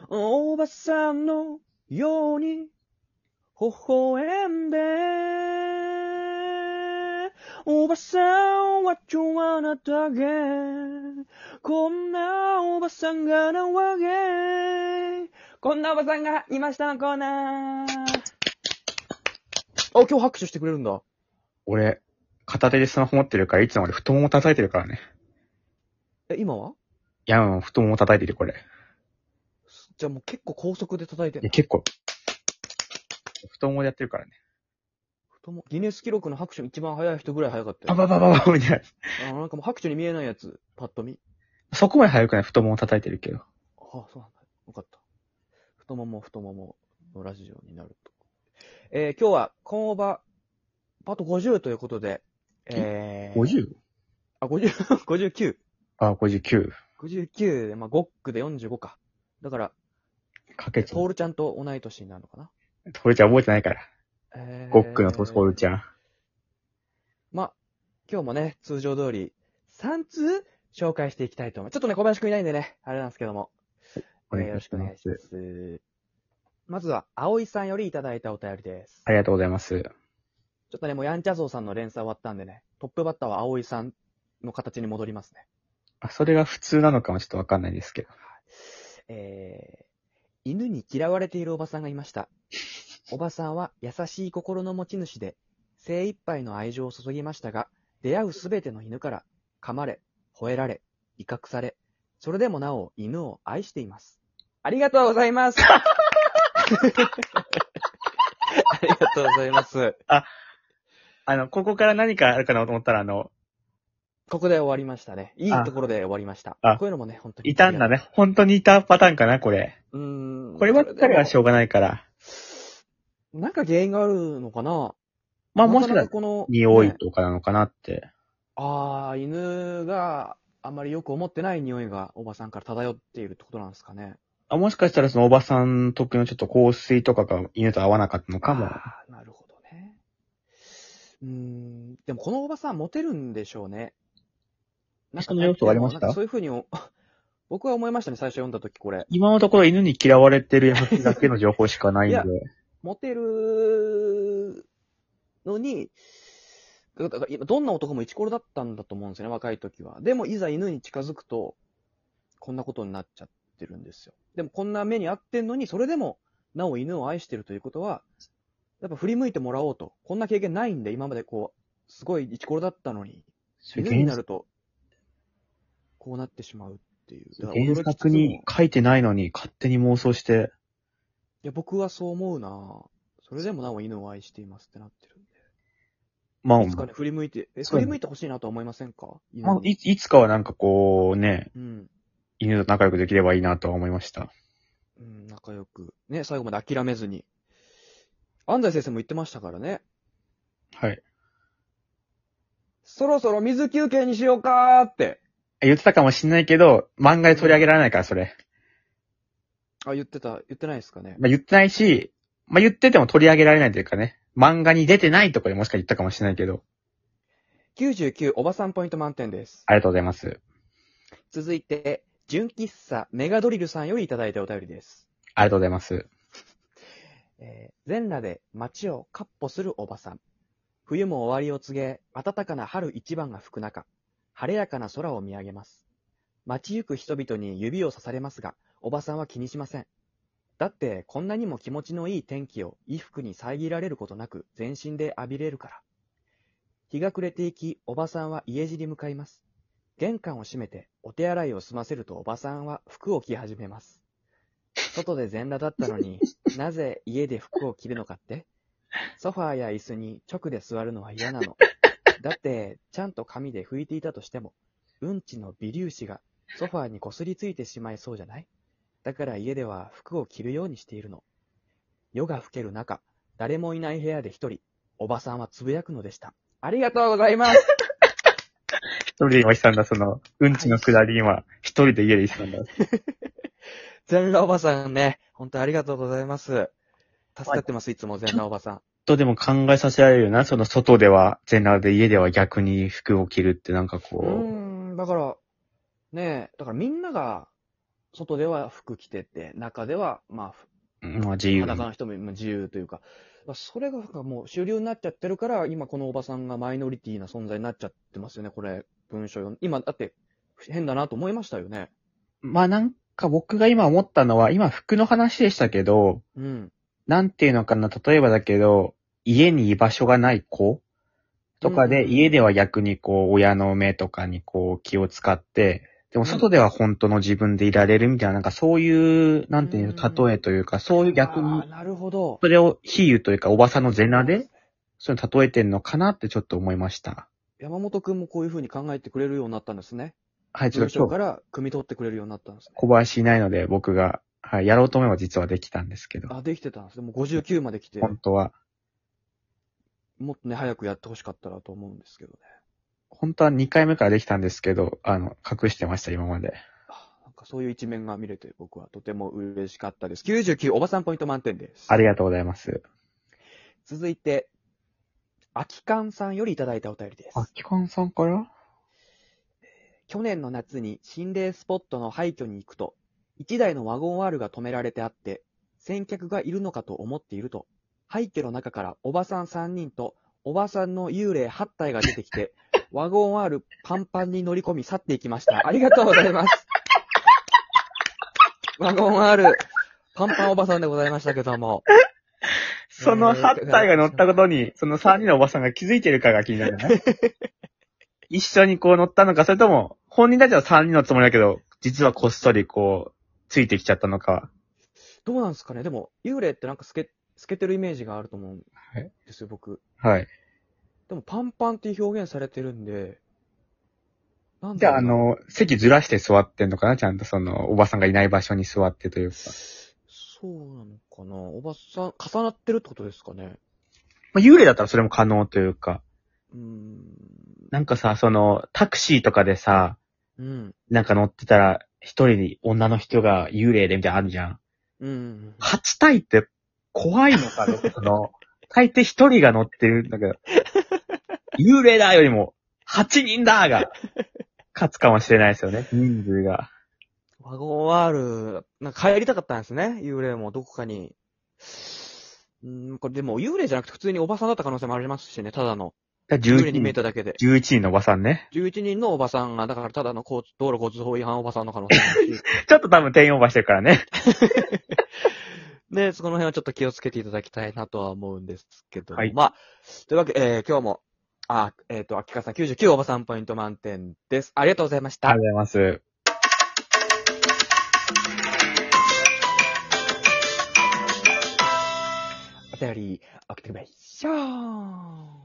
おばさんのように微笑んで、おばさんはあなたげ、こんなおばさんがなわげ、こんなおばさんがいましたのコーナー。今日拍手してくれるんだ。 俺、片手でスマホ持ってるから、いつも俺太もも叩いてるからね。 今は？ いや、太もも叩いてる、これ。 じゃあもう結構高速で叩いてんだ。 いや、結構、太ももでやってるからね。 ギネス記録の拍手の一番早い人ぐらい早かったよ。 バババババみたいな。 なんかもう拍手に見えないやつ、パッと見。 そこまで早くない、太もも叩いてるけど。 そうなんだ。よかった。太もものラジオになると。今日は、コンオバ、パート50ということで、 50? 59。 59。 59で、5区で45か。だから、 かけちゃう。 トールちゃんと同い年になるのかな。 トールちゃん覚えてないから。5区のトールちゃん。 今日もね、通常通り、3通紹介していきたいと思います。ちょっとね、小林くんいないんでね、あれなんですけども。よろしくお願いします。まずは、葵さんよりいただいたお便りです。 ありがとうございます。 ちょっとね、もうやんちゃぞうさんの連載終わったんでね、トップバッターは葵さんの形に戻りますね。 それが普通なのかもちょっとわかんないですけど。 犬に嫌われているおばさんがいました。おばさんは優しい心の持ち主で、精一杯の愛情を注ぎましたが、出会うすべての犬から噛まれ、吠えられ、威嚇され、それでもなお犬を愛しています。ありがとうございます。ありがとうございます。 ここから何かあるかなと思ったら、 ここで終わりましたね。いいところで終わりました。こういうのもね、本当に。 いたんだね。本当にいたパターンかな、これ。こればっかりはしょうがないから。 なんか原因があるのかな。 もしかしたら、匂いとかなのかなって。 犬があまりよく思ってない匂いがおばさんから漂っているってことなんですかね。 もしかしたらそのおばさん特有のちょっと香水とかが犬と合わなかったのかも。 なるほどね。でもこのおばさんモテるんでしょうね。 その要素がありました？ そういうふうに僕は思いましたね、最初読んだときこれ。 今のところ犬に嫌われてるやつだけの情報しかないんで。 いや、モテるのに、どんな男もイチコロだったんだと思うんですよね、若い時は。でもいざ犬に近づくと、こんなことになっちゃってるんですよ。でもこんな目に遭ってんのに、それでもなお犬を愛してるということは、やっぱ振り向いてもらおうと。こんな経験ないんで、今まですごいイチコロだったのに、犬になると、こうなってしまうっていう。 原作に書いてないのに勝手に妄想して。 いや、僕はそう思うな。それでもなお犬を愛していますってなってるんで。いつかね、振り向いてほしいなとは思いませんか？ いつかはなんか犬と仲良くできればいいなとは思いました。 仲良く。ね、最後まで諦めずに。安西先生も言ってましたからね。 はい。 そろそろ水休憩にしようかーって。 言ってたかもしんないけど、漫画で取り上げられないから、それ。 言ってないですかね。 言ってないし、言ってても取り上げられないというかね。漫画に出てないとこでもしか言ったかもしれないけど。 99おばさんポイント満点です。 ありがとうございます。 続いて、純喫茶メガドリルさんよりいただいたお便りです。 ありがとうございます。 全裸で街を闊歩するおばさん。冬も終わりを告げ、暖かな春一番が吹く中、晴れやかな空を見上げます。街行く人々に指をさされますが、おばさんは気にしません。だって、こんなにも気持ちのいい天気を衣服に遮られることなく全身で浴びれるから。日が暮れていき、おばさんは家路に向かいます。玄関を閉めて、お手洗いを済ませるとおばさんは服を着始めます。外で全裸だったのになぜ家で服を着るのかって？ソファーや椅子に直で座るのは嫌なの。だって、ちゃんと紙で拭いていたとしても、うんちの微粒子がソファーにこすりついてしまいそうじゃない？だから家では服を着るようにしているの。夜が更ける中、誰もいない部屋で一人、おばさんはつぶやくのでした。ありがとうございます。 一人で今したんだ、うんちのくだり今、一人で家でしたんだ。 全裸おばさんね、本当ありがとうございます。助かってます、いつも全裸おばさん。 でも考えさせられるよな、外では全裸で家では逆に服を着るってなんかだから、ねえ、みんなが外では服着てて、中では、 まあ自由に。 裸の人も自由というか、それがもう主流になっちゃってるから、今このおばさんがマイノリティな存在になっちゃってますよね、これ、文章読ん今、だって変だなと思いましたよね。 まあなんか僕が今思ったのは、今服の話でしたけど、 うん。 なんていうのかな、例えばだけど、家に居場所がない子とかで、 うんうんうん家では逆にこう、親の目とかにこう気を使って、でも外では本当の自分でいられるみたいな、なんかそういう、なんていうの、例えというか、そういう逆に、 なるほど。 それを比喩というか、おばさんの全裸で、そういうの例えてんのかなってちょっと思いました。 山本くんもこういう風に考えてくれるようになったんですね。 はい、ちょ文章かっと今日、 ら汲み取ってくれるようになったんですね。 小林いないので僕が、はい、やろうと思えば実はできたんですけど、 あ、できてたんですね。もう59まで来て、 本当は、 もっとね、早くやってほしかったなと思うんですけどね。 本当は2回目からできたんですけど、隠してました、今まで。 なんかそういう一面が見れて僕はとても嬉しかったです。99おばさんポイント満点です。 ありがとうございます。 続いて、秋勘さんよりいただいたお便りです。 きかんさんから去年の夏に心霊スポットの廃墟に行くと、1台のワゴン R が止められてあって、先客がいるのかと思っていると、廃墟の中からおばさん3人とおばさんの幽霊8体が出てきて、ワゴン R パンパンに乗り込み去っていきました。ありがとうございます。ワゴン R、パンパンおばさんでございましたけども。 その8体が乗ったことに、その3人のおばさんが気づいてるかが気になるね。一緒にこう乗ったのか、それとも、本人たちは3人のつもりだけど、実はこっそりこう、ついてきちゃったのか。 どうなんですかね。でも、幽霊ってなんか透けてるイメージがあると思うんですよ、僕。 はい。 でも、パンパンっていう表現されてるんで、なんじゃあ、 だろうな。 席ずらして座ってんのかなちゃんとその、おばさんがいない場所に座ってというか。 そうなのかな。おばさん、重なってるってことですかね。 まあ、幽霊だったらそれも可能というか。 うーん。 なんかさ、その、タクシーとかでさ、 うん。 なんか乗ってたら、一人に女の人が幽霊でみたいなのあるじゃん。 うん。 8体って怖いのかねその、大抵一人が乗ってるんだけど、幽霊だよりも、8人だが、勝つかもしれないですよね、人数が。 ワゴン R、なんか帰りたかったんですね。幽霊もどこかに。これでも幽霊じゃなくて普通におばさんだった可能性もありますしね、ただの。幽霊に見えただけで。 11人のおばさんね。 11人のおばさんが、だからただの道路交通法違反おばさんの可能性もあるし。 ちょっと多分定員オーバーしてるからね。 で、そこの辺はちょっと気をつけていただきたいなとは思うんですけども。 はい。 まあ、というわけで、今日も、秋川さん99おばさんポイント満点です。ありがとうございました。 ありがとうございます。 お便り、送ってください。しょーん。